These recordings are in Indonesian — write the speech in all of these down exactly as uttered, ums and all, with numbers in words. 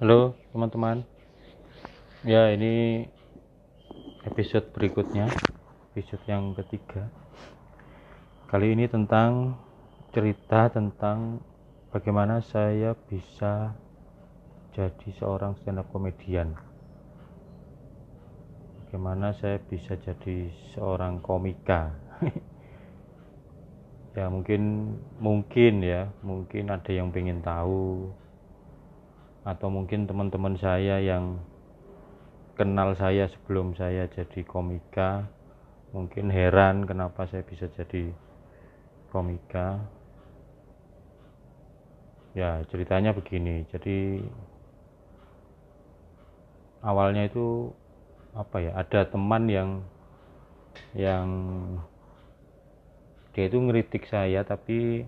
Halo teman-teman, ya ini episode berikutnya, episode yang ketiga. Kali ini tentang cerita tentang bagaimana saya bisa jadi seorang stand up comedian. Bagaimana saya bisa jadi seorang komika. Ya mungkin mungkin ya, mungkin ada yang pengen tahu, atau mungkin teman-teman saya yang kenal saya sebelum saya jadi komika mungkin heran kenapa saya bisa jadi komika. Ya ceritanya begini, jadi awalnya itu apa ya, ada teman yang yang dia itu ngeritik saya tapi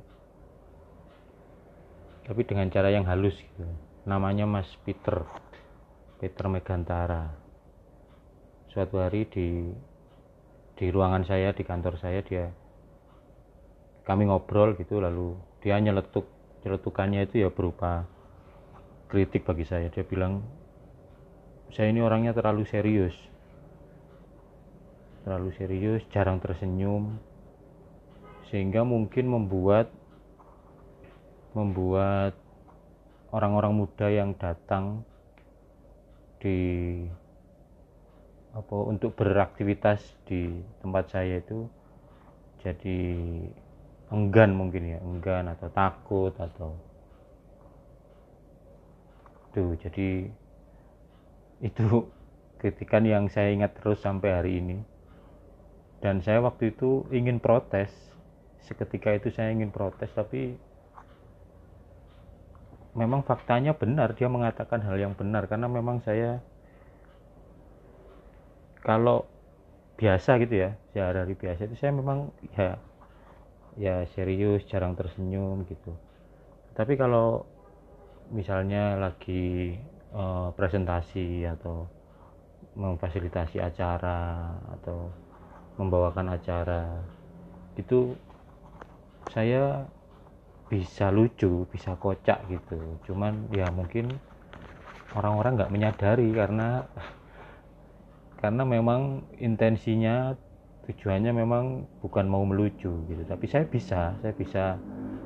tapi dengan cara yang halus gitu. Namanya Mas Peter Peter Megantara. Suatu hari di di ruangan saya, di kantor saya, dia kami ngobrol gitu, lalu dia nyeletuk nyeletukannya itu ya berupa kritik bagi saya. Dia bilang saya ini orangnya terlalu serius terlalu serius jarang tersenyum, sehingga mungkin membuat membuat orang-orang muda yang datang di apa untuk beraktivitas di tempat saya itu jadi enggan, mungkin ya enggan atau takut atau tuh. Jadi itu kritikan yang saya ingat terus sampai hari ini, dan saya waktu itu ingin protes. Seketika itu saya ingin protes, tapi memang faktanya benar, dia mengatakan hal yang benar, karena memang saya kalau biasa gitu ya, sehari-hari biasa itu saya memang ya ya serius, jarang tersenyum gitu. Tapi kalau misalnya lagi uh, presentasi atau memfasilitasi acara atau membawakan acara itu saya bisa lucu, bisa kocak gitu. Cuman ya mungkin orang-orang nggak menyadari karena karena memang intensinya, tujuannya memang bukan mau melucu gitu. Tapi saya bisa saya bisa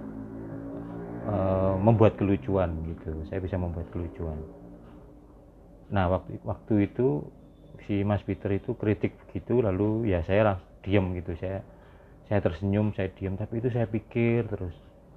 uh, membuat kelucuan gitu. Saya bisa membuat kelucuan. Nah waktu waktu itu si Mas Peter itu kritik begitu, lalu ya saya langsung diam gitu. Saya saya tersenyum, saya diam, tapi itu saya pikir terus.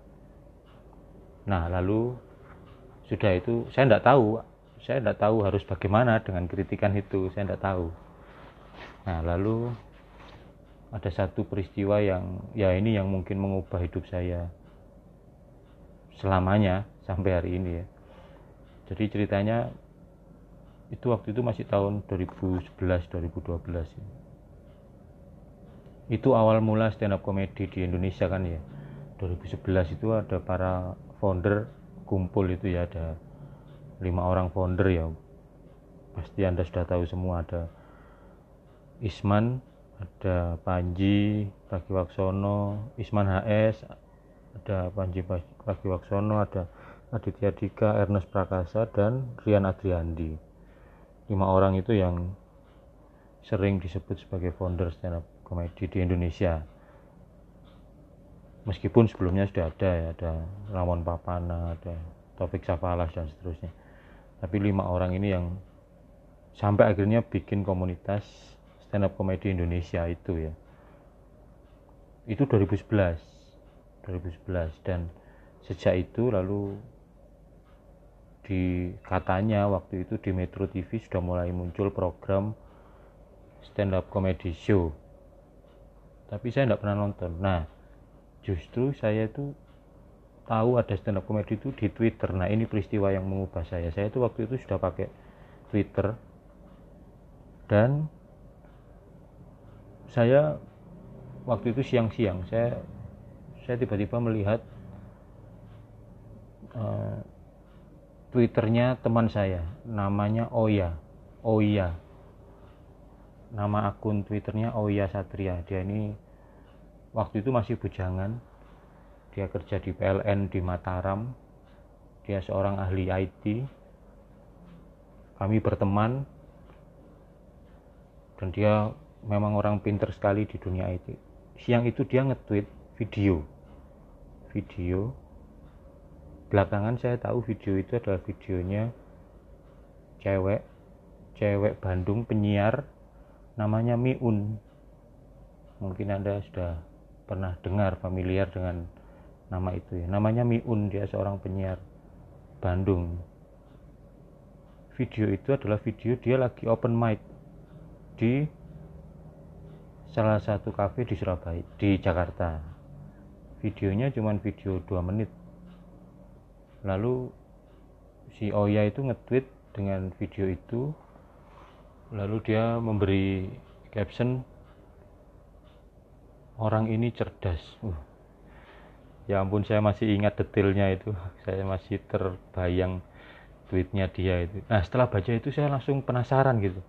Nah lalu sudah itu saya tidak tahu saya tidak tahu harus bagaimana dengan kritikan itu, saya tidak tahu. Nah lalu ada satu peristiwa yang ya ini yang mungkin mengubah hidup saya selamanya sampai hari ini ya. Jadi ceritanya itu waktu itu masih tahun dua ribu sebelas dua ribu dua belas ya. Itu awal mula stand up comedy di Indonesia kan ya. dua ribu sebelas itu ada para founder kumpul itu ya, ada lima orang founder ya, pasti Anda sudah tahu semua. Ada Isman, ada Panji Pragiwaksono, Isman H S, ada Panji Pragiwaksono, ada Aditya Dika, Ernest Prakasa, dan Rian Adriandi. Lima orang itu yang sering disebut sebagai founder stand up comedy di Indonesia. Meskipun sebelumnya sudah ada ya, ada Ramon Papana, ada Taufik Safalas dan seterusnya. Tapi lima orang ini yang sampai akhirnya bikin komunitas stand up comedy Indonesia itu ya. Itu dua ribu sebelas dan sejak itu lalu di katanya waktu itu di Metro T V sudah mulai muncul program stand up comedy show. Tapi saya tidak pernah nonton. Nah, justru saya itu tahu ada stand up comedy itu di Twitter. Nah, ini peristiwa yang mengubah saya. Saya itu waktu itu sudah pakai Twitter, dan saya waktu itu siang-siang saya saya tiba-tiba melihat uh, Twitternya teman saya, namanya Oya Oya nama akun Twitternya Oya Satria. Dia ini waktu itu masih bujangan, dia kerja di P L N di Mataram, dia seorang ahli I T. kami berteman, dan dia memang orang pinter sekali di dunia itu. Siang itu dia nge-tweet video video belakangan saya tahu video itu adalah videonya cewek cewek Bandung, penyiar namanya Miun. Mungkin Anda sudah pernah dengar, familiar dengan nama itu ya. Namanya Miun, dia seorang penyiar Bandung. Video itu adalah video dia lagi open mic di salah satu kafe di Surabaya, di Jakarta. Videonya cuma video dua menit. Lalu si Oya itu nge-tweet dengan video itu, lalu dia memberi caption, orang ini cerdas. uh. Ya ampun, saya masih ingat detailnya itu, saya masih terbayang tweetnya dia itu. Nah, setelah baca itu saya langsung penasaran gitu.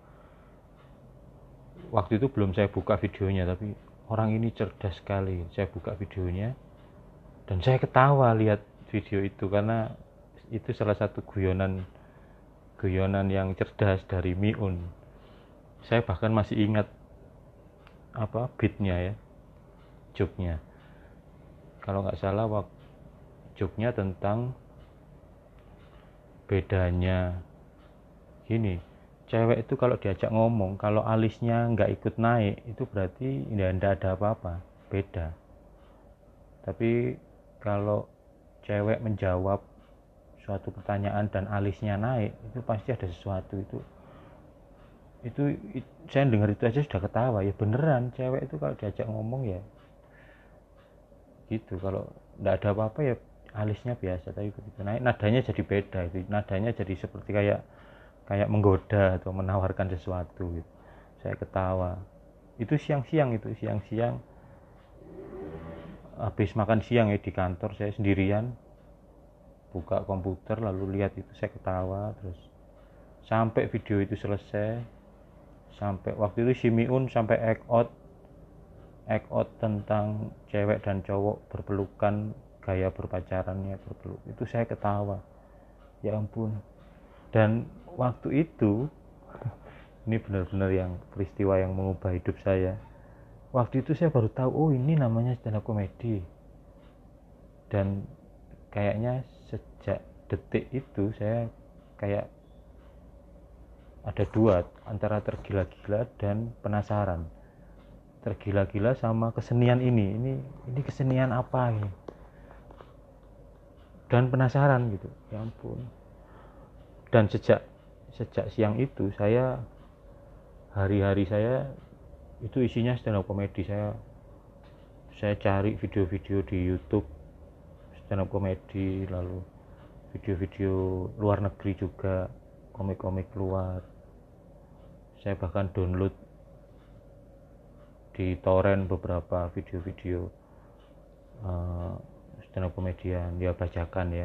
Waktu itu belum saya buka videonya, tapi orang ini cerdas sekali. Saya buka videonya dan saya ketawa lihat video itu, karena itu salah satu guyonan guyonan yang cerdas dari Miun. Saya bahkan masih ingat apa beatnya ya, joke-nya. Kalau nggak salah, waktu joke-nya tentang bedanya gini, cewek itu kalau diajak ngomong, kalau alisnya nggak ikut naik, itu berarti nggak ada apa-apa, beda. Tapi kalau cewek menjawab suatu pertanyaan dan alisnya naik, itu pasti ada sesuatu. Itu itu, itu saya dengar itu aja sudah ketawa. Ya beneran, cewek itu kalau diajak ngomong ya gitu, kalau nggak ada apa-apa ya alisnya biasa, tapi begitu naik nadanya jadi beda. Itu nadanya jadi seperti kayak kayak menggoda atau menawarkan sesuatu gitu. Saya ketawa. Itu siang-siang, itu siang-siang habis makan siang ya di kantor, saya sendirian buka komputer lalu lihat itu, saya ketawa terus sampai video itu selesai. Sampai waktu itu si Miun sampai act out act out tentang cewek dan cowok berpelukan, gaya berpacarannya berpeluk, itu saya ketawa. Ya ampun. Dan waktu itu ini benar-benar yang peristiwa yang mengubah hidup saya. Waktu itu saya baru tahu, oh ini namanya stand up comedy. Dan kayaknya sejak detik itu saya kayak ada dua, antara tergila-gila dan penasaran. Tergila-gila sama kesenian ini. Ini ini kesenian apa ini? Dan penasaran gitu. Ya ampun. Dan sejak sejak siang itu saya hari-hari saya itu isinya stand up comedy. Saya saya cari video-video di YouTube stand up comedy, lalu video-video luar negeri juga, komik-komik luar. Saya bahkan download di torrent beberapa video-video uh, stand up komedian, dia bacakan ya.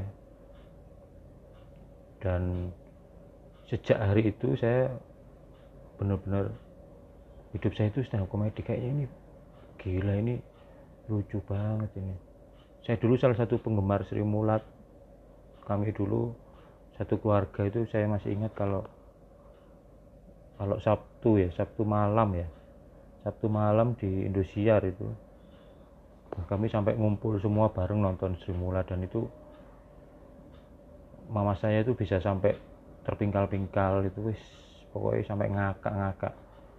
Dan sejak hari itu saya benar-benar hidup saya itu stand up comedy. Kayaknya ini gila, ini lucu banget ini. Saya dulu salah satu penggemar Sri Mulat. Kami dulu satu keluarga itu, saya masih ingat kalau kalau Sabtu ya, Sabtu malam ya, Sabtu malam di Indosiar itu, kami sampai ngumpul semua bareng nonton Sri Mulat. Dan itu mama saya itu bisa sampai terpingkal-pingkal itu, wis pokoknya sampai ngakak-ngakak.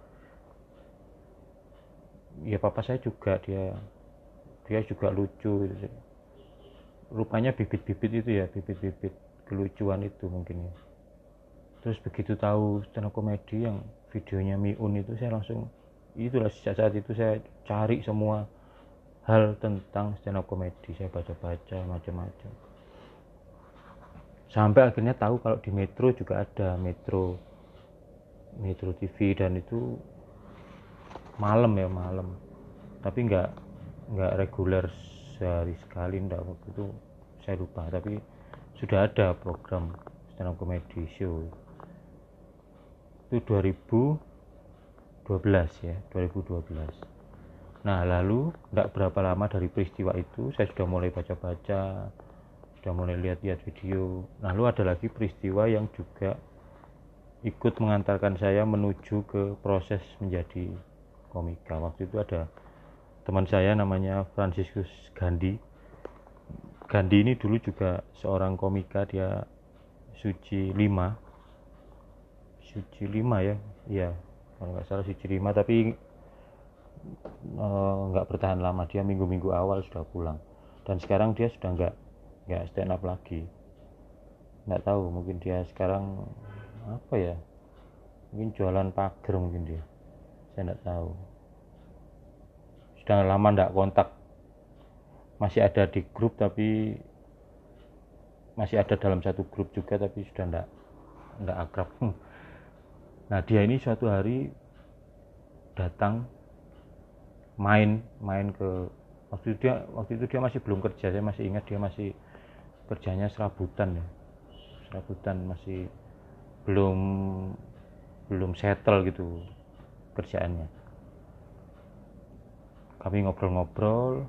Ya papa saya juga, dia dia juga lucu gitu. Rupanya bibit-bibit itu ya, bibit-bibit kelucuan itu mungkin ya. Terus begitu tahu stand up comedy yang videonya Miun itu, saya langsung, itulah sejak saat itu saya cari semua hal tentang stand up comedy. Saya baca-baca macam-macam sampai akhirnya tahu kalau di Metro juga ada, Metro Metro T V, dan itu malam ya, malam, tapi nggak nggak reguler sehari sekali, enggak, waktu itu saya lupa, tapi sudah ada program stand up comedy show. Itu dua ribu dua belas ya, dua ribu dua belas. Nah, lalu enggak berapa lama dari peristiwa itu saya sudah mulai baca-baca, sudah mulai lihat-lihat video. Lalu ada lagi peristiwa yang juga ikut mengantarkan saya menuju ke proses menjadi komika. Waktu itu ada teman saya namanya Franciscus Gandhi. Gandhi ini dulu juga seorang komika, dia Suci lima Suci lima ya, iya kalau nggak salah Suci lima, tapi nggak uh, bertahan lama, dia minggu-minggu awal sudah pulang, dan sekarang dia sudah nggak nggak stand up lagi. Nggak tahu, mungkin dia sekarang apa ya, mungkin jualan pagar mungkin dia, saya nggak tahu. Sudah lama nggak kontak, masih ada di grup tapi masih ada dalam satu grup juga, tapi sudah nggak nggak akrab. Nah dia ini suatu hari datang main main ke waktu itu dia waktu itu dia masih belum kerja, saya masih ingat dia masih kerjanya serabutan ya, serabutan masih belum belum settle gitu kerjaannya. Kami ngobrol-ngobrol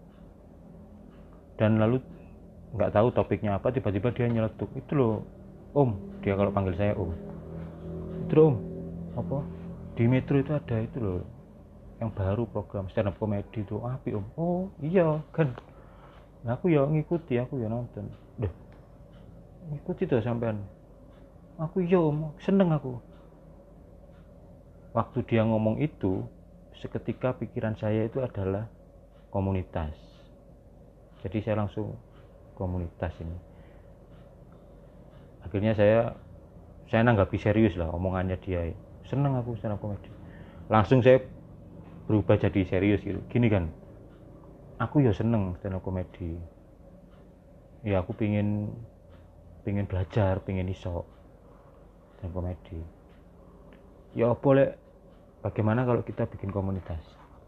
dan lalu nggak tahu topiknya apa, tiba-tiba dia nyeletuk, itu loh om, dia kalau panggil saya om, itu loh om, apa di Metro itu ada itu loh yang baru program stand up comedy itu, api om. Oh iya kan, nah, aku ya ngikuti, aku ya nonton. Duh, ngikuti tuh sampean. Aku iya om, seneng aku. Waktu dia ngomong itu, seketika pikiran saya itu adalah komunitas. Jadi saya langsung komunitas ini. Akhirnya saya saya nanggapi serius lah omongannya dia. Seneng aku stand up comedy. Langsung saya berubah jadi serius gitu. Gini kan, aku ya seneng stand up comedy. Ya aku pingin pingin belajar, pingin iso stand up comedy. Ya boleh, bagaimana kalau kita bikin komunitas?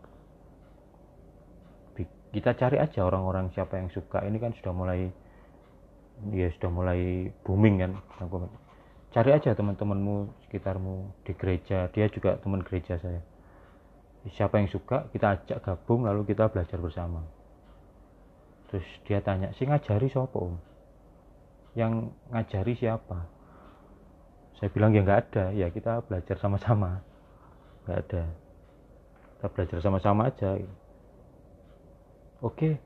Kita cari aja orang-orang siapa yang suka. Ini kan sudah mulai ya sudah mulai booming kan. Cari aja teman-temanmu sekitarmu di gereja, dia juga teman gereja saya. Siapa yang suka kita ajak gabung, lalu kita belajar bersama. Terus dia tanya, si ngajari siapa om? Yang ngajari siapa? Saya bilang ya nggak ada, ya kita belajar sama-sama. Nggak ada, kita belajar sama-sama aja. Oke.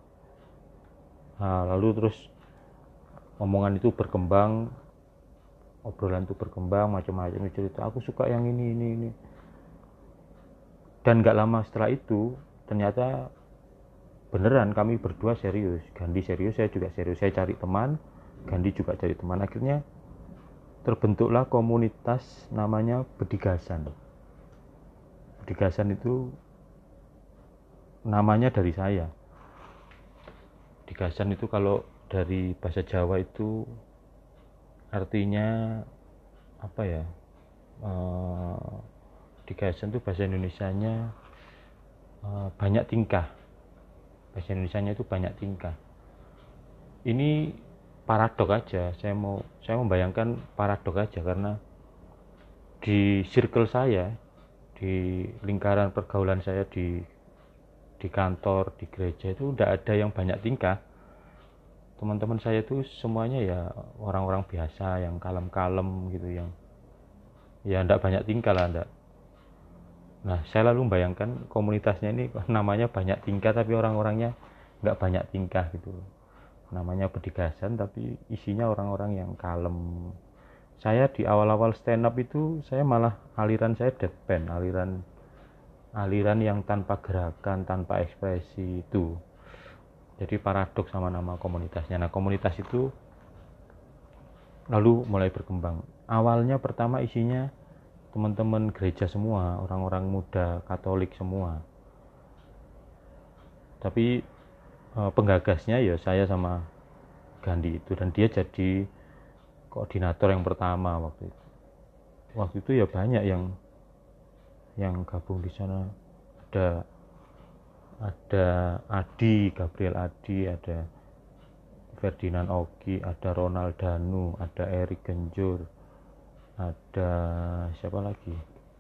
Nah, lalu terus omongan itu berkembang, obrolan itu berkembang, macam-macam cerita. Aku suka yang ini, ini, ini. Dan nggak lama setelah itu, ternyata beneran kami berdua serius. Gandhi serius, saya juga serius. Saya cari teman, Gandhi juga cari teman. Akhirnya terbentuklah komunitas namanya Bedigasan. Bedigasan itu namanya dari saya. Bedigasan itu kalau dari bahasa Jawa itu artinya apa ya? Eh, Bedigasan itu bahasa Indonesianya eh, banyak tingkah. Bahasa Indonesianya itu banyak tingkah. Ini paradok aja. Saya mau saya membayangkan paradok aja, karena di circle saya, di lingkaran pergaulan saya, di di kantor, di gereja itu udah ada yang banyak tingkah. Teman-teman saya itu semuanya ya orang-orang biasa, yang kalem-kalem gitu, yang ya enggak banyak tingkah lah, enggak. Nah, saya lalu membayangkan komunitasnya ini namanya banyak tingkah tapi orang-orangnya enggak banyak tingkah gitu. Namanya Bedigasan tapi isinya orang-orang yang kalem. Saya di awal-awal stand up itu saya malah aliran saya deadpan, aliran aliran yang tanpa gerakan, tanpa ekspresi itu. Jadi paradok sama nama komunitasnya. Nah, komunitas itu lalu mulai berkembang. Awalnya pertama isinya teman-teman gereja semua, orang-orang muda Katolik semua. Tapi eh, penggagasnya ya saya sama Gandhi itu, dan dia jadi koordinator yang pertama waktu itu. Waktu itu ya banyak yang yang gabung di sana. Ada ada Adi, Gabriel Adi, ada Ferdinand Ogi, ada Ronald Danu, ada Erik Genjur, ada siapa lagi?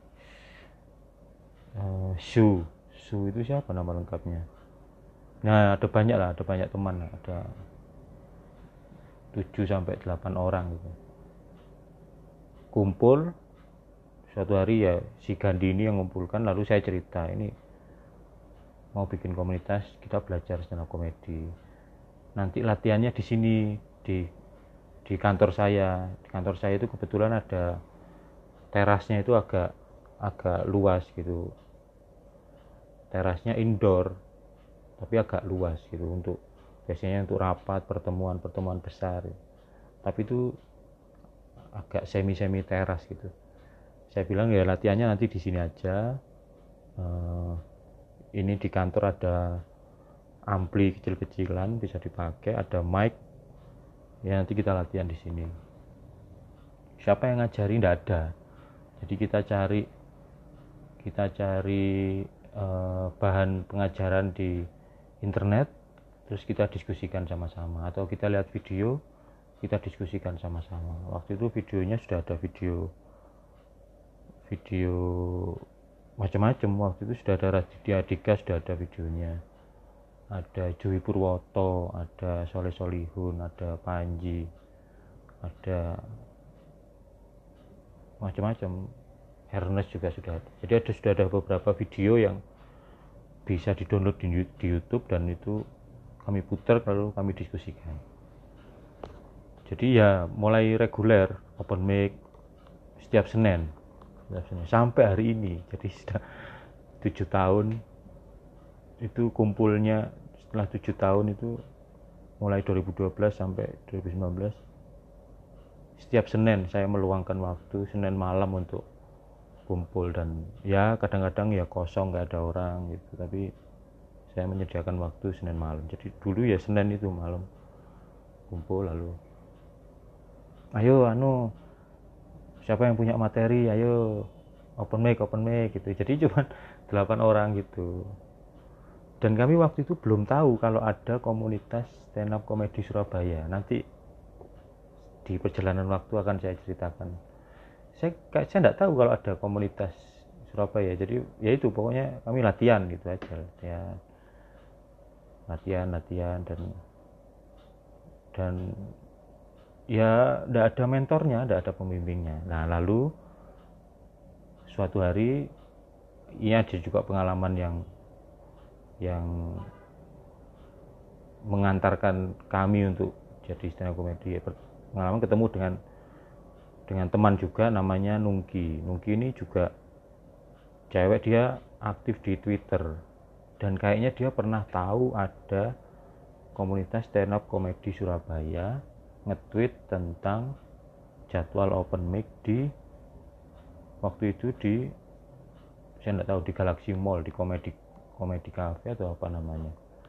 Uh, Su, Su itu siapa nama lengkapnya? Nah, ada banyak lah, ada banyak teman, ada tujuh sampai delapan orang gitu. kumpul suatu hari ya, si Gandhi ini yang ngumpulkan, lalu saya cerita ini mau bikin komunitas, kita belajar stand up comedy, nanti latihannya di sini, di di kantor saya. Di kantor saya itu kebetulan ada terasnya, itu agak agak luas gitu, terasnya indoor tapi agak luas gitu, untuk biasanya untuk rapat, pertemuan pertemuan besar, tapi itu agak semi semi teras gitu. Saya bilang ya latihannya nanti di sini aja. Uh, ini di kantor ada ampli kecil-kecilan bisa dipakai, ada mic, ya nanti kita latihan di sini. Siapa yang ngajari? Nggak ada. Jadi kita cari kita cari uh, bahan pengajaran di internet, terus kita diskusikan sama-sama, atau kita lihat video, kita diskusikan sama-sama. Waktu itu videonya sudah ada video video macam-macam. Waktu itu sudah ada Raditya Dika, sudah ada videonya, ada Joey Purwoto, ada Soleh Solihun, ada Panji, ada macam-macam, Ernest juga sudah ada. Jadi ada sudah ada beberapa video yang bisa di-download di, di YouTube, dan itu kami putar lalu kami diskusikan. Jadi ya mulai reguler open mic setiap Senin sampai hari ini. Jadi sudah tujuh tahun itu kumpulnya. Setelah tujuh tahun itu mulai dua ribu dua belas sampai dua ribu sembilan belas, setiap Senin saya meluangkan waktu Senin malam untuk kumpul. Dan ya kadang-kadang ya kosong, nggak ada orang gitu, tapi saya menyediakan waktu Senin malam. Jadi dulu ya Senin itu malam kumpul, lalu ayo anu siapa yang punya materi, ayo open mic open mic gitu. Jadi cuma delapan orang gitu. Dan kami waktu itu belum tahu kalau ada komunitas stand up comedy Surabaya. Nanti di perjalanan waktu akan saya ceritakan. Saya saya nggak tahu kalau ada komunitas Surabaya. Jadi ya itu pokoknya kami latihan gitu aja, latihan latihan latihan dan dan ya tidak ada mentornya, tidak ada pembimbingnya. Nah lalu suatu hari ini ada juga pengalaman yang yang mengantarkan kami untuk jadi stand up comedy. Pengalaman ketemu dengan dengan teman juga namanya Nungki. Nungki ini juga cewek, dia aktif di Twitter, dan kayaknya dia pernah tahu ada komunitas stand up comedy Surabaya, nge-tweet tentang jadwal open mic di waktu itu di, saya nggak tahu, di Galaxy Mall, di komedi komedi cafe atau apa namanya.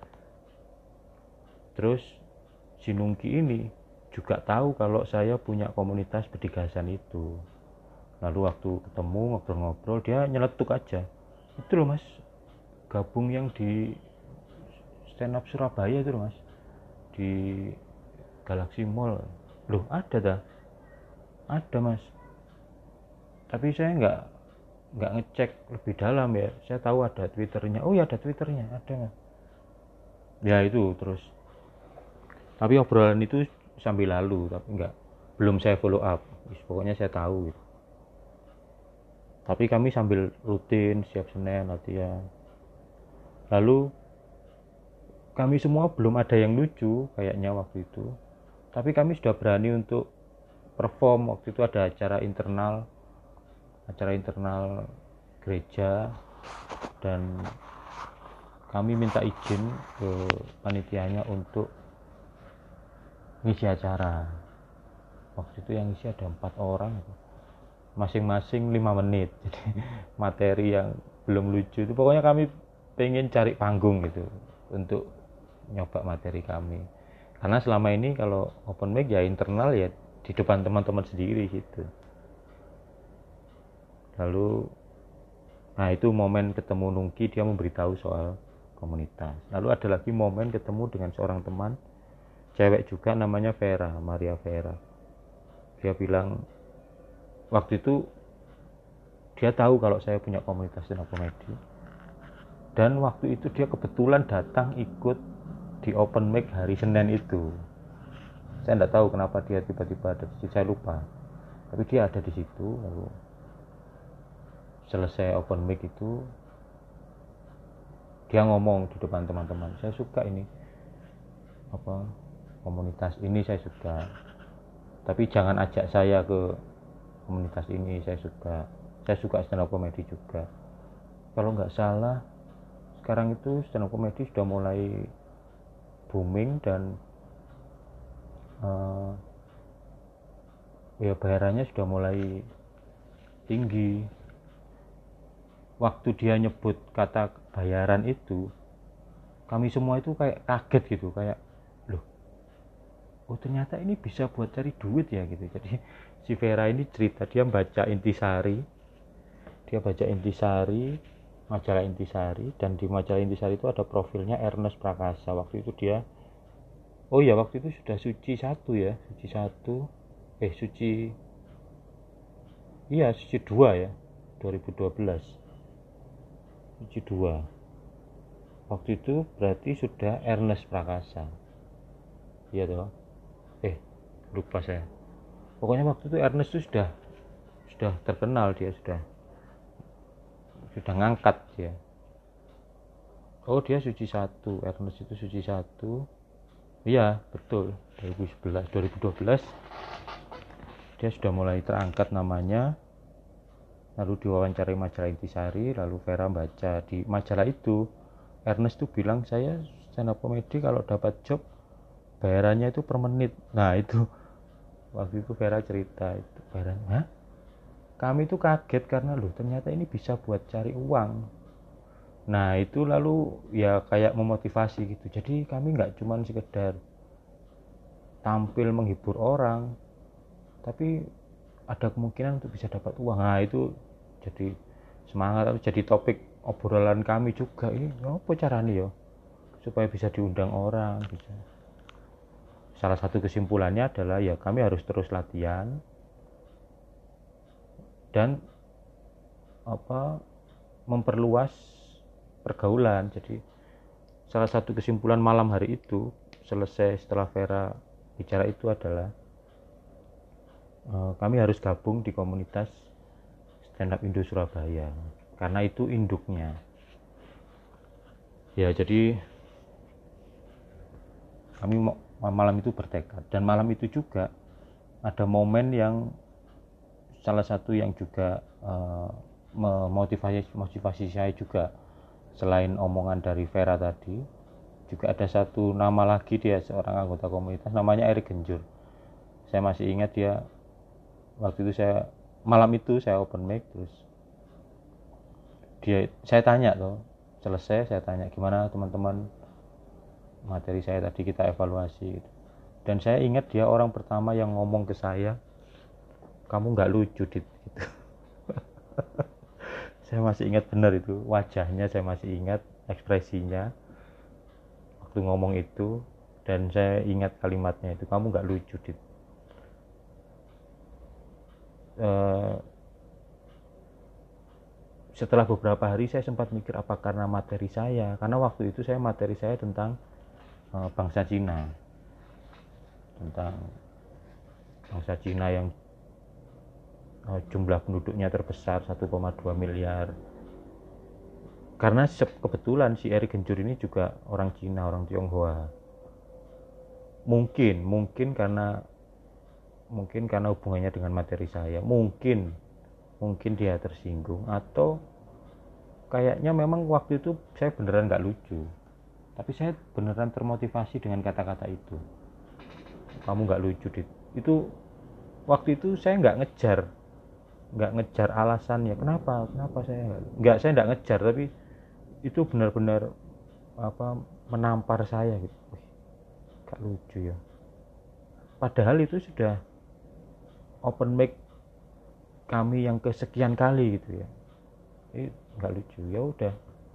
Terus si Nungki ini juga tahu kalau saya punya komunitas Bedigasan itu. Lalu waktu ketemu ngobrol-ngobrol, dia nyeletuk aja, itu loh mas, gabung yang di stand up Surabaya itu loh mas, di Galaxy Mall. Loh ada dah, ada mas, tapi saya nggak nggak ngecek lebih dalam ya. Saya tahu ada Twitternya. Oh ya ada Twitternya, ada mas. Ya itu terus. Tapi obrolan itu sambil lalu, tapi nggak, belum saya follow up. Pokoknya saya tahu gitu. Tapi kami sambil rutin setiap Senin latihan. Lalu kami semua belum ada yang lucu kayaknya waktu itu. Tapi kami sudah berani untuk perform. Waktu itu ada acara internal, acara internal gereja, dan kami minta izin ke panitianya untuk ngisi acara. Waktu itu yang ngisi ada empat orang, masing-masing lima menit. Jadi materi yang belum lucu itu, pokoknya kami pengen cari panggung gitu untuk nyoba materi kami. Karena selama ini kalau open mic ya internal ya di depan teman-teman sendiri gitu. Lalu nah itu momen ketemu Nungki, dia memberitahu soal komunitas. Lalu ada lagi momen ketemu dengan seorang teman cewek juga namanya Vera, Maria Vera. Dia bilang waktu itu dia tahu kalau saya punya komunitas stand up comedy, dan waktu itu dia kebetulan datang ikut di open mic hari Senin itu. Saya tidak tahu kenapa dia tiba-tiba ada di situ, saya lupa. tapi dia ada di situ. Lalu selesai open mic itu dia ngomong di depan teman-teman, saya suka ini apa komunitas ini, saya suka, tapi jangan ajak saya ke komunitas ini, saya suka saya suka stand up comedy juga. Kalau nggak salah sekarang itu stand up comedy sudah mulai booming dan uh, ya bayarannya sudah mulai tinggi. Waktu dia nyebut kata bayaran itu, kami semua itu kayak kaget gitu, kayak loh, oh ternyata ini bisa buat cari duit ya gitu. Jadi si Vera ini cerita, dia baca Intisari, dia baca Intisari, majalah Intisari, dan di majalah Intisari itu ada profilnya Ernest Prakasa. Waktu itu dia, oh ya waktu itu sudah suci satu ya, suci satu, eh suci, iya suci dua ya, dua ribu dua belas. Suci dua waktu itu berarti sudah Ernest Prakasa, iya toh, eh lupa saya, pokoknya waktu itu Ernest itu sudah sudah terkenal, dia sudah sudah ngangkat dia. Oh dia suci satu, Ernest itu suci satu, iya betul, dua ribu sebelas dua ribu dua belas dia sudah mulai terangkat namanya. Lalu diwawancarai majalah Intisari, lalu Vera baca di majalah itu, Ernest tuh bilang, saya stand up comedy kalau dapat job bayarannya itu per menit. Nah itu waktu itu Vera cerita itu bayaran, hah? Kami tuh kaget karena loh ternyata ini bisa buat cari uang. Nah itu lalu ya kayak memotivasi gitu. Jadi kami nggak cuman sekedar tampil menghibur orang, tapi ada kemungkinan untuk bisa dapat uang. Nah itu jadi semangat, atau jadi topik obrolan kami juga, ini apa caranya ya supaya bisa diundang orang, bisa. Salah satu kesimpulannya adalah ya kami harus terus latihan dan apa memperluas pergaulan. Jadi salah satu kesimpulan malam hari itu selesai setelah Vera bicara itu adalah Uh, kami harus gabung di komunitas Stand Up Indo Surabaya karena itu induknya. Ya jadi kami malam itu bertekad, dan malam itu juga ada momen yang salah satu yang juga uh, memotivasi motivasi saya juga, selain omongan dari Vera tadi, juga ada satu nama lagi, dia seorang anggota komunitas namanya Erik Genjur. Saya masih ingat dia. Waktu itu saya malam itu saya open mic, terus dia saya tanya tuh, selesai saya tanya gimana teman-teman materi saya tadi, kita evaluasi gitu. Dan saya ingat dia orang pertama yang ngomong ke saya, kamu nggak lucu Dit gitu. Saya masih ingat benar itu wajahnya, saya masih ingat ekspresinya waktu ngomong itu, dan saya ingat kalimatnya itu, kamu nggak lucu Dit. Uh, setelah beberapa hari saya sempat mikir apa karena materi saya, karena waktu itu saya materi saya tentang uh, bangsa Cina, tentang bangsa Cina yang uh, jumlah penduduknya terbesar satu koma dua miliar. Karena kebetulan si Erik Genjur ini juga orang Cina, orang Tionghoa. Mungkin, mungkin karena mungkin karena hubungannya dengan materi saya, mungkin mungkin dia tersinggung, atau kayaknya memang waktu itu saya beneran nggak lucu, tapi saya beneran termotivasi dengan kata-kata itu, kamu nggak lucu Dit. Itu waktu itu saya nggak ngejar nggak ngejar alasannya kenapa kenapa saya nggak saya nggak ngejar, tapi itu benar-benar apa menampar saya gitu. Wih, nggak lucu ya, padahal itu sudah open mic kami yang kesekian kali gitu ya. Ini nggak lucu, ya udah.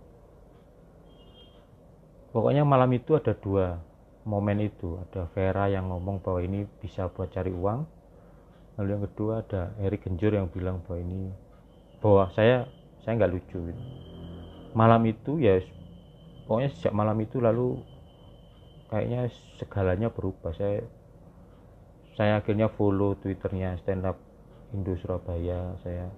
Pokoknya malam itu ada dua momen itu, ada Vera yang ngomong bahwa ini bisa buat cari uang, lalu yang kedua ada Erik Genjur yang bilang bahwa ini bahwa saya saya nggak lucu gitu. Malam itu ya pokoknya sejak malam itu lalu kayaknya segalanya berubah. Saya saya akhirnya follow Twitternya Stand Up Indo Surabaya, saya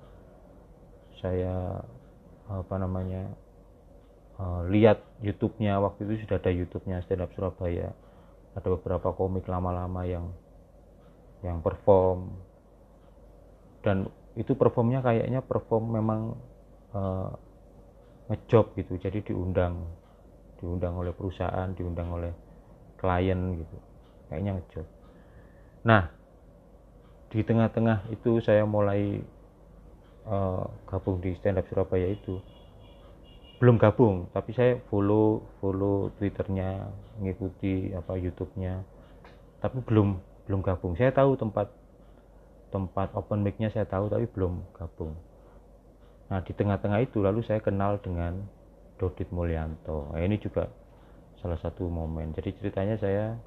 saya apa namanya uh, lihat YouTube-nya. Waktu itu sudah ada YouTube-nya Stand Up Surabaya, ada beberapa komik lama-lama yang yang perform, dan itu performnya kayaknya perform memang uh, ngejob gitu, jadi diundang diundang oleh perusahaan, diundang oleh klien gitu, kayaknya ngejob. Nah, di tengah-tengah itu saya mulai uh, gabung di Stand Up Surabaya itu. Belum gabung, tapi saya follow follow Twitternya, ngikuti apa YouTube-nya, tapi belum belum gabung. Saya tahu tempat tempat open mic-nya, saya tahu, tapi belum gabung. Nah, di tengah-tengah itu lalu saya kenal dengan Dodit Mulyanto. Nah, ini juga salah satu momen. Jadi ceritanya saya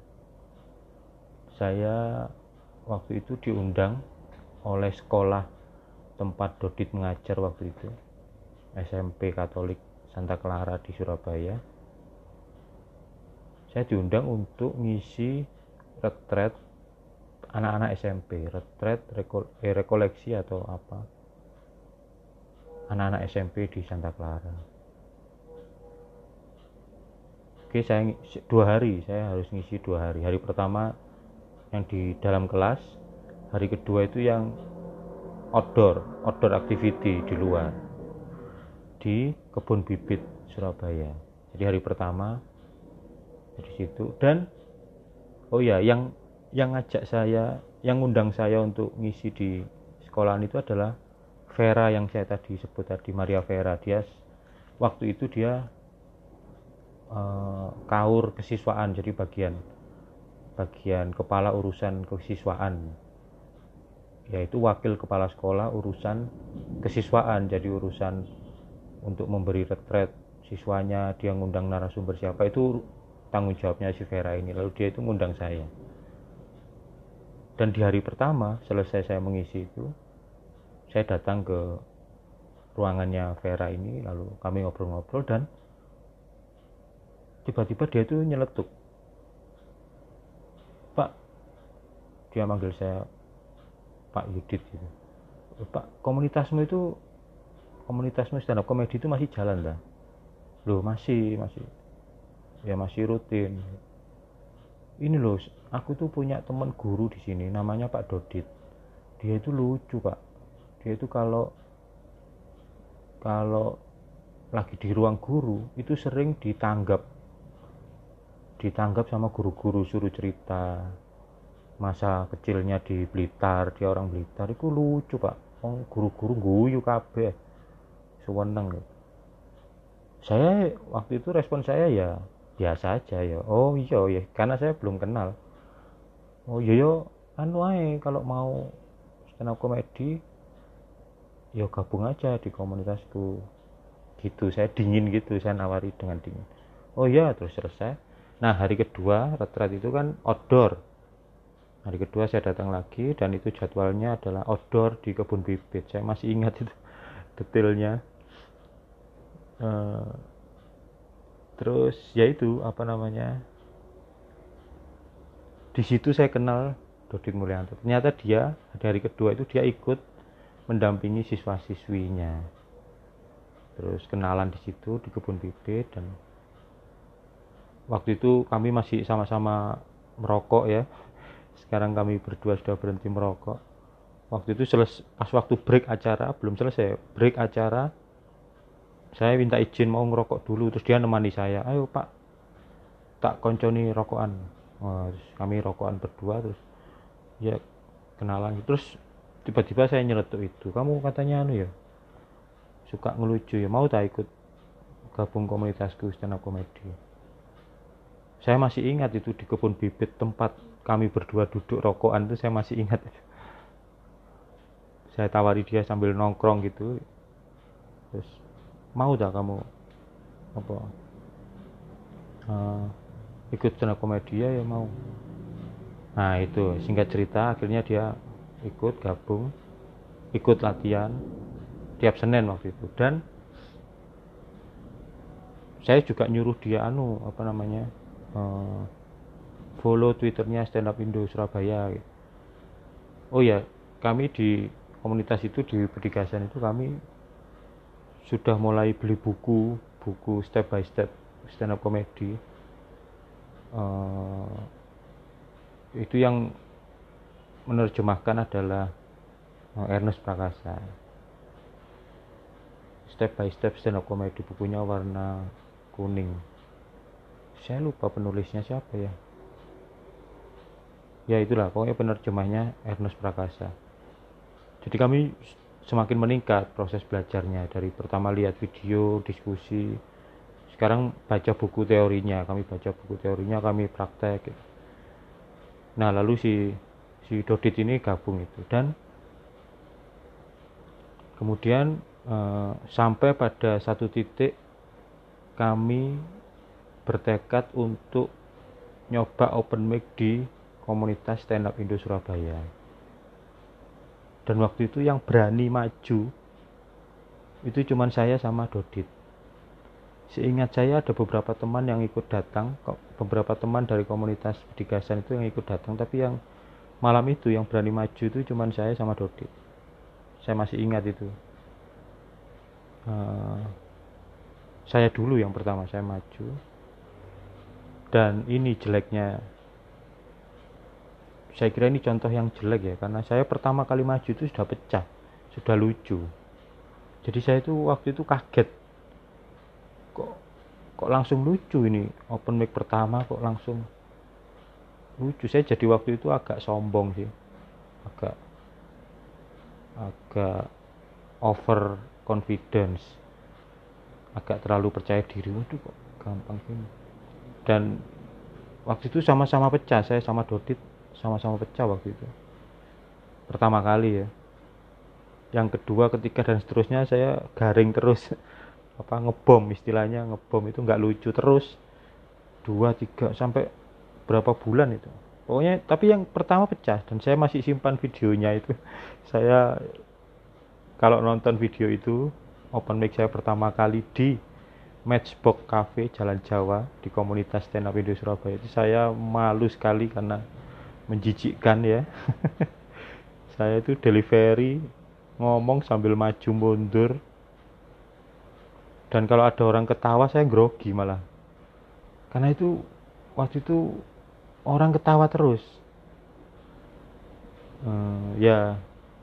saya waktu itu diundang oleh sekolah tempat Dodit mengajar waktu itu, S M P Katolik Santa Clara di Surabaya. Saya diundang untuk ngisi retret anak-anak S M P, retret rekol, eh, rekoleksi atau apa, anak-anak S M P di Santa Clara. Oke, saya dua hari, saya harus ngisi dua hari. Hari pertama yang di dalam kelas, hari kedua itu yang outdoor, outdoor activity di luar, di Kebun Bibit Surabaya. Jadi hari pertama di situ. Dan oh ya, yang yang ngajak saya, yang ngundang saya untuk ngisi di sekolahan itu adalah Vera yang saya tadi sebut tadi, Maria Vera. Dia waktu itu dia uh, kaur kesiswaan, jadi bagian bagian kepala urusan kesiswaan, yaitu wakil kepala sekolah urusan kesiswaan. Jadi urusan untuk memberi retret siswanya, dia ngundang narasumber siapa, itu tanggung jawabnya si Vera ini. Lalu dia itu ngundang saya, dan di hari pertama selesai saya mengisi itu, saya datang ke ruangannya Vera ini, lalu kami ngobrol-ngobrol, dan tiba-tiba dia itu nyeletuk, Pak, dia manggil saya Pak Yudit gitu, Pak, komunitasmu itu komunitasmu stand up comedy itu masih jalan dah? Loh, masih masih ya masih rutin. Ini loh, aku tuh punya teman guru di sini namanya Pak Dodit. Dia itu lucu, Pak. Dia itu kalau kalau lagi di ruang guru itu sering ditanggap ditanggap sama guru-guru, suruh cerita masa kecilnya di Blitar, dia orang Blitar. Itu lucu, Pak. Oh, guru-guru guyu kabeh, seneng. Saya waktu itu respon saya ya biasa aja ya. Oh iya ya, karena saya belum kenal. Oh iya yo, anu ae, kalau mau stand up comedy ya gabung aja di komunitasku. Gitu, saya dingin gitu, saya nawari dengan dingin. Oh iya, terus selesai. Nah, hari kedua retret itu kan outdoor. Hari kedua saya datang lagi, dan itu jadwalnya adalah outdoor di Kebun Bibit. Saya masih ingat itu detailnya. Uh, terus ya itu apa namanya, di situ saya kenal Dodit Mulyanto. Ternyata dia di hari kedua itu dia ikut mendampingi siswa-siswinya. Terus kenalan di situ di Kebun Bibit, dan waktu itu kami masih sama-sama merokok ya. Sekarang kami berdua sudah berhenti merokok. Waktu itu selesai, pas waktu break acara, belum selesai break acara, saya minta izin mau ngerokok dulu. Terus dia nemani saya, ayo Pak, tak konconi rokokan. Oh, terus kami rokokan berdua, terus ya kenalan. Terus tiba-tiba saya nyeletuk itu, kamu katanya anu ya, suka ngelucu ya, mau tak ikut gabung komunitasku stand up comedy? Saya masih ingat itu di Kebun Bibit, tempat kami berdua duduk rokokan itu, saya masih ingat. Saya tawari dia sambil nongkrong gitu, terus mau tak kamu apa uh, ikut stand up comedy? Ya mau. Nah itu singkat cerita, akhirnya dia ikut gabung, ikut latihan tiap Senin waktu itu. Dan saya juga nyuruh dia anu apa namanya uh, follow Twitternya Stand Up Indo Surabaya gitu. Oh ya, kami di komunitas itu, di Pedigasan itu kami sudah mulai beli buku buku step by step stand up comedy. Uh, itu yang menerjemahkan adalah uh, Ernest Prakasa. Step by step stand up comedy, bukunya warna kuning. Saya lupa penulisnya siapa ya. Ya itulah, pokoknya penerjemahnya Ernest Prakasa. Jadi kami semakin meningkat proses belajarnya, dari pertama lihat video, diskusi, sekarang baca buku teorinya, kami baca buku teorinya, kami praktek gitu. Nah lalu si si Dodit ini gabung itu, dan kemudian eh, sampai pada satu titik kami bertekad untuk nyoba open mic di komunitas stand up Indo Surabaya. Dan waktu itu yang berani maju itu cuman saya sama Dodit. Seingat saya ada beberapa teman yang ikut datang, beberapa teman dari komunitas Pedigasan itu yang ikut datang, tapi yang malam itu yang berani maju itu cuman saya sama Dodit. Saya masih ingat itu. Uh, saya dulu yang pertama, saya maju. Dan ini jeleknya, saya kira ini contoh yang jelek ya, karena saya pertama kali maju itu sudah pecah, sudah lucu. Jadi saya itu waktu itu kaget, kok kok langsung lucu ini, open mic pertama kok langsung lucu. Saya jadi waktu itu agak sombong sih, agak agak over confidence, agak terlalu percaya diri. Waduh kok gampang gini. Dan waktu itu sama-sama pecah, saya sama Dodit sama-sama pecah waktu itu pertama kali ya. Yang kedua, ketiga, dan seterusnya saya garing terus. Apa, ngebom istilahnya, ngebom itu nggak lucu terus, dua tiga sampai berapa bulan itu pokoknya. Tapi yang pertama pecah, dan saya masih simpan videonya itu. Saya kalau nonton video itu open mic saya pertama kali di Matchbox Cafe Jalan Jawa di komunitas stand up Indo Surabaya itu, saya malu sekali karena menjijikkan ya. Saya itu delivery ngomong sambil maju mundur, dan kalau ada orang ketawa saya grogi malah, karena itu waktu itu orang ketawa terus. hmm, ya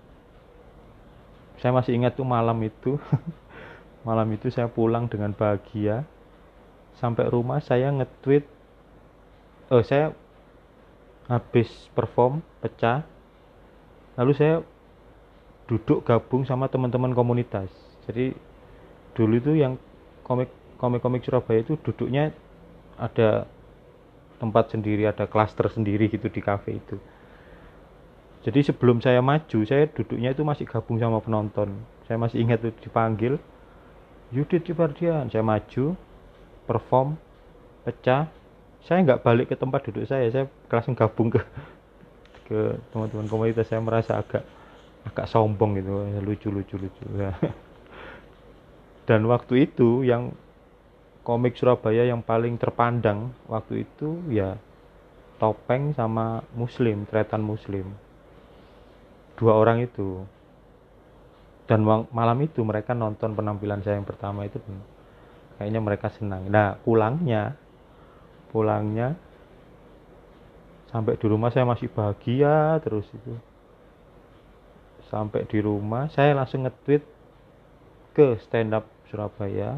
saya masih ingat tuh malam itu. Malam itu saya pulang dengan bahagia. Sampai rumah saya nge-tweet, oh saya habis perform pecah, lalu saya duduk gabung sama teman-teman komunitas. Jadi dulu itu yang komik komik-komik Surabaya itu duduknya ada tempat sendiri, ada klaster sendiri gitu di kafe itu. Jadi sebelum saya maju, saya duduknya itu masih gabung sama penonton. Saya masih ingat tuh dipanggil, Yudit Cipardian. Saya maju, perform, pecah. Saya nggak balik ke tempat duduk saya, saya langsung gabung ke ke teman-teman komunitas. Saya merasa agak agak sombong gitu, lucu lucu lucu. Dan waktu itu yang komik Surabaya yang paling terpandang waktu itu ya Topeng sama Muslim, Tretan Muslim. Dua orang itu. Dan malam itu mereka nonton penampilan saya yang pertama itu, kayaknya mereka senang. Nah pulangnya pulangnya sampai di rumah saya masih bahagia terus itu. Sampai di rumah saya langsung nge-tweet ke stand up Surabaya,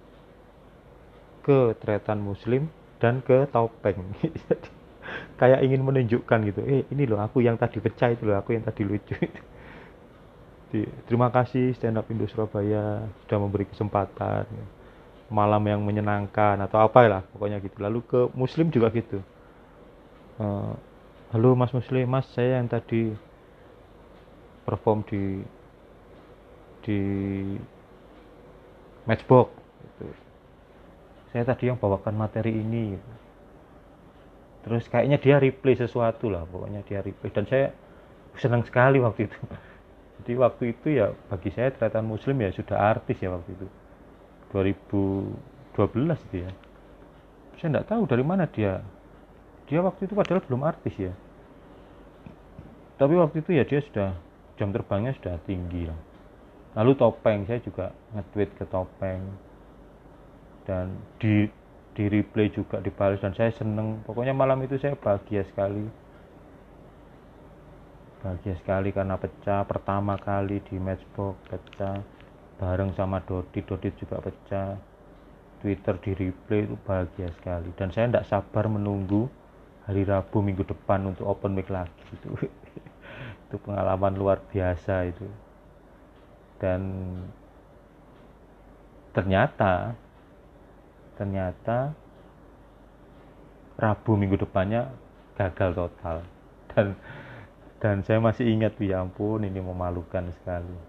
ke Tretan Muslim, dan ke Topeng. Kayak ingin menunjukkan gitu, eh ini loh aku yang tadi pecah, itu loh aku yang tadi lucu. Terima kasih stand up Indo Surabaya sudah memberi kesempatan, malam yang menyenangkan atau apa lah pokoknya gitu. Lalu ke Muslim juga gitu, uh, halo Mas Muslim, Mas saya yang tadi perform di di Matchbox gitu. Saya tadi yang bawakan materi ini gitu. Terus kayaknya dia replay sesuatu lah, pokoknya dia replay, dan saya senang sekali waktu itu. Jadi waktu itu ya bagi saya Tretan Muslim ya sudah artis ya waktu itu, dua ribu dua belas itu ya. Saya enggak tahu dari mana dia. Dia waktu itu padahal belum artis ya. Tapi waktu itu ya dia sudah jam terbangnya sudah tinggi lah. Lalu topeng, saya juga nge-tweet ke topeng dan di di replay juga dibalas, dan saya seneng. Pokoknya malam itu saya bahagia sekali bahagia sekali karena pecah pertama kali di Matchbox, pecah bareng sama Dodit. Dodit juga pecah, Twitter di replay, itu bahagia sekali. Dan saya tidak sabar menunggu hari Rabu minggu depan untuk open mic lagi. Itu itu pengalaman luar biasa itu. Dan ternyata ternyata Rabu minggu depannya gagal total. Dan dan saya masih ingat, ya ampun, ini memalukan sekali.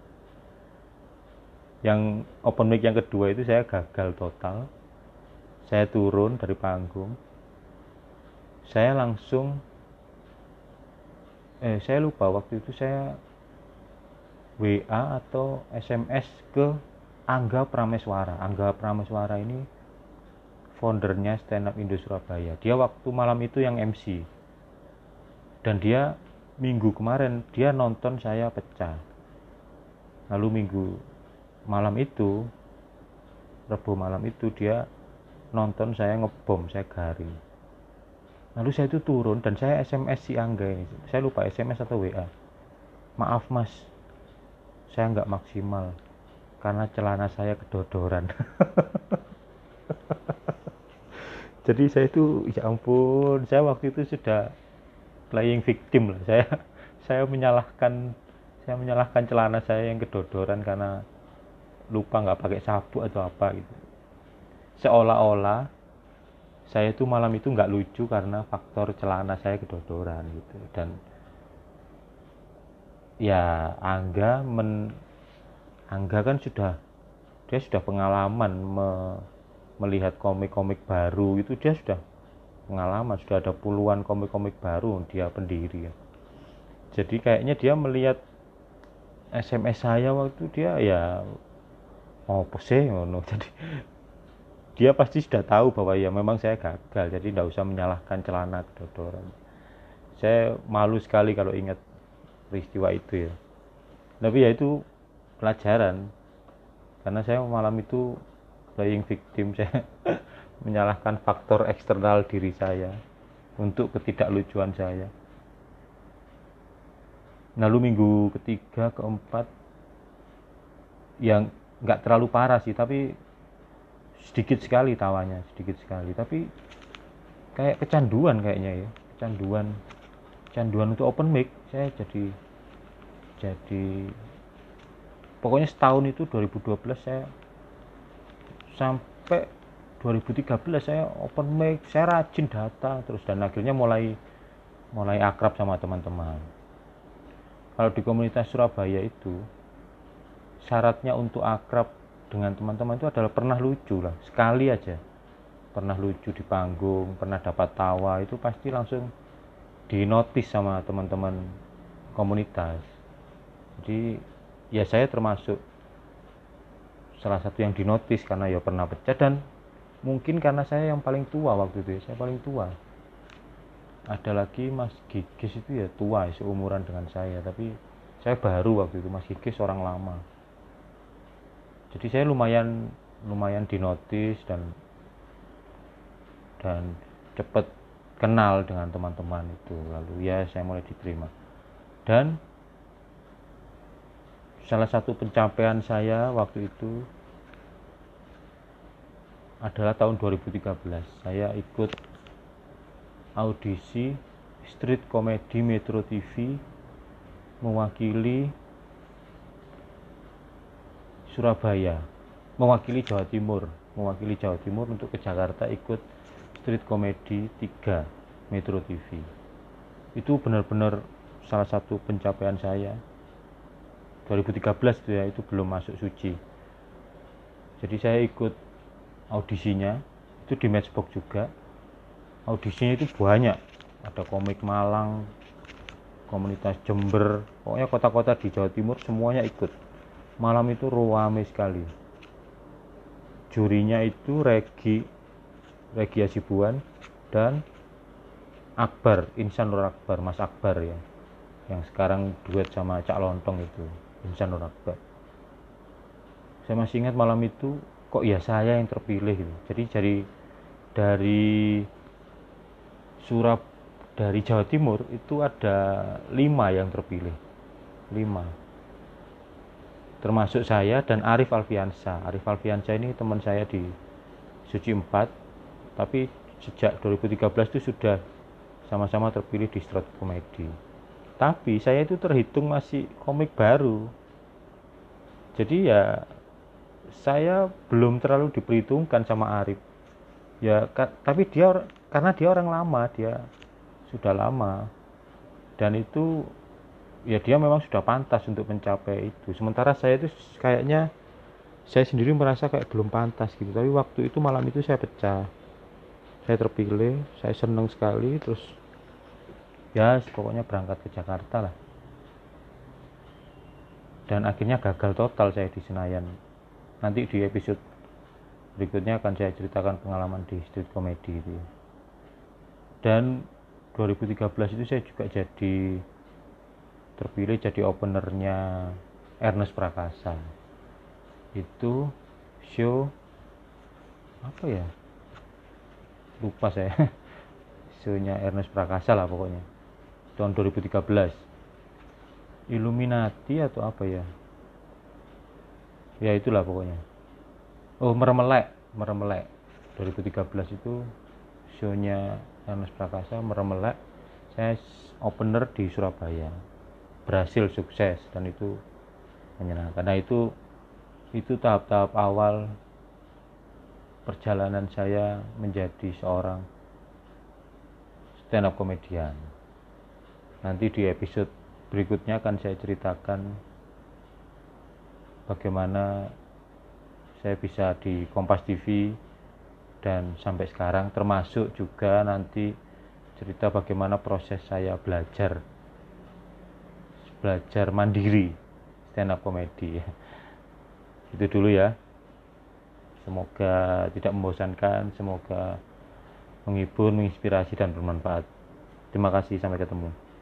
Yang open mic yang kedua itu saya gagal total. Saya turun dari panggung, saya langsung eh saya lupa waktu itu saya W A atau S M S ke Angga Prameswara. Angga Prameswara ini foundernya Stand Up Indo Surabaya. Dia waktu malam itu yang M C. Dan dia minggu kemarin dia nonton saya pecah. Lalu minggu malam itu, Rabu malam itu dia nonton saya ngebom, saya garing. Lalu saya itu turun dan saya S M S si Angga ini. Saya lupa S M S atau W A. Maaf mas, saya nggak maksimal karena celana saya kedodoran. Jadi saya itu, ya ampun, saya waktu itu sudah playing victim lah. Saya saya menyalahkan saya menyalahkan celana saya yang kedodoran karena lupa nggak pakai sabuk atau apa gitu. Seolah-olah saya itu malam itu nggak lucu karena faktor celana saya kedodoran gitu. Dan ya Angga men Angga kan sudah dia sudah pengalaman me, melihat komik-komik baru itu, dia sudah pengalaman, sudah ada puluhan komik-komik baru, dia pendiri ya. Jadi kayaknya dia melihat S M S saya waktu, dia ya mau pose ngono. Jadi dia pasti sudah tahu bahwa ya memang saya gagal, jadi tidak usah menyalahkan celana kedodoran. Saya malu sekali kalau ingat peristiwa itu ya. Tapi ya itu pelajaran, karena saya malam itu playing victim, saya menyalahkan faktor eksternal diri saya untuk ketidaklucuan saya. Lalu minggu ketiga, keempat yang nggak terlalu parah sih, tapi sedikit sekali tawanya, sedikit sekali. Tapi kayak kecanduan kayaknya ya, kecanduan, kecanduan untuk open mic. Saya jadi, jadi pokoknya setahun itu dua ribu dua belas saya sampai dua ribu tiga belas saya open mic, saya rajin datang terus, dan akhirnya mulai mulai akrab sama teman-teman. Kalau di komunitas Surabaya itu syaratnya untuk akrab dengan teman-teman itu adalah pernah lucu lah, sekali aja pernah lucu di panggung, pernah dapat tawa, itu pasti langsung dinotis sama teman-teman komunitas. Jadi ya saya termasuk salah satu yang dinotis karena ya pernah pecah, dan mungkin karena saya yang paling tua waktu itu, saya paling tua. Ada lagi Mas Gigis itu ya tua, seumuran dengan saya, tapi saya baru waktu itu. Mas Gigis orang lama. Jadi saya lumayan lumayan dinotis dan dan cepat kenal dengan teman-teman itu. Lalu ya saya mulai diterima. Dan salah satu pencapaian saya waktu itu adalah tahun dua ribu tiga belas. Saya ikut audisi Street Comedy Metro T V mewakili Surabaya, mewakili Jawa Timur, mewakili Jawa Timur untuk ke Jakarta ikut Street Comedy tiga Metro T V. Itu benar-benar salah satu pencapaian saya. dua ribu tiga belas itu ya, itu belum masuk suci. Jadi saya ikut audisinya, itu di Matchbox juga. Audisinya itu banyak, ada komik Malang, komunitas Jember, pokoknya kota-kota di Jawa Timur semuanya ikut. Malam itu ramai sekali. Jurinya itu Regi, Regi Hasibuan dan Akbar, Insan Nur Akbar, Mas Akbar ya. yang sekarang duet sama Cak Lontong itu, Insan Nuraga. Saya masih ingat malam itu kok ya saya yang terpilih gitu. Jadi dari dari Surab dari Jawa Timur itu ada lima yang terpilih, lima, termasuk saya dan Arif Alfiansyah. Arif Alfiansyah ini teman saya di Suci empat, tapi sejak dua ribu tiga belas itu sudah sama-sama terpilih di Strot Komedi. Tapi saya itu terhitung masih komik baru, jadi ya saya belum terlalu diperhitungkan sama Arif ya, tapi dia karena dia orang lama, dia sudah lama, dan itu ya dia memang sudah pantas untuk mencapai itu. Sementara saya itu kayaknya saya sendiri merasa kayak belum pantas gitu. Tapi waktu itu malam itu saya pecah, saya terpilih, saya senang sekali. Terus ya pokoknya berangkat ke Jakarta lah, dan akhirnya gagal total saya di Senayan. Nanti di episode berikutnya akan saya ceritakan pengalaman di Street Comedy itu. Dan dua ribu tiga belas itu saya juga jadi terpilih jadi openernya Ernest Prakasa. Itu show apa ya, lupa saya. Show-nya Ernest Prakasa lah pokoknya, tahun dua ribu tiga belas. Illuminati atau apa ya, ya itulah pokoknya. Oh, Meremelek, Meremelek dua ribu tiga belas itu show-nya Ernest Prakasa, Meremelek. Saya opener di Surabaya, berhasil sukses, dan itu menyenangkan. Nah itu itu tahap-tahap awal perjalanan saya menjadi seorang stand up komedian. Nanti di episode berikutnya akan saya ceritakan bagaimana saya bisa di Kompas T V dan sampai sekarang, termasuk juga nanti cerita bagaimana proses saya belajar belajar mandiri stand up comedy. Itu dulu ya. Semoga tidak membosankan, semoga menghibur, menginspirasi, dan bermanfaat. Terima kasih, sampai ketemu.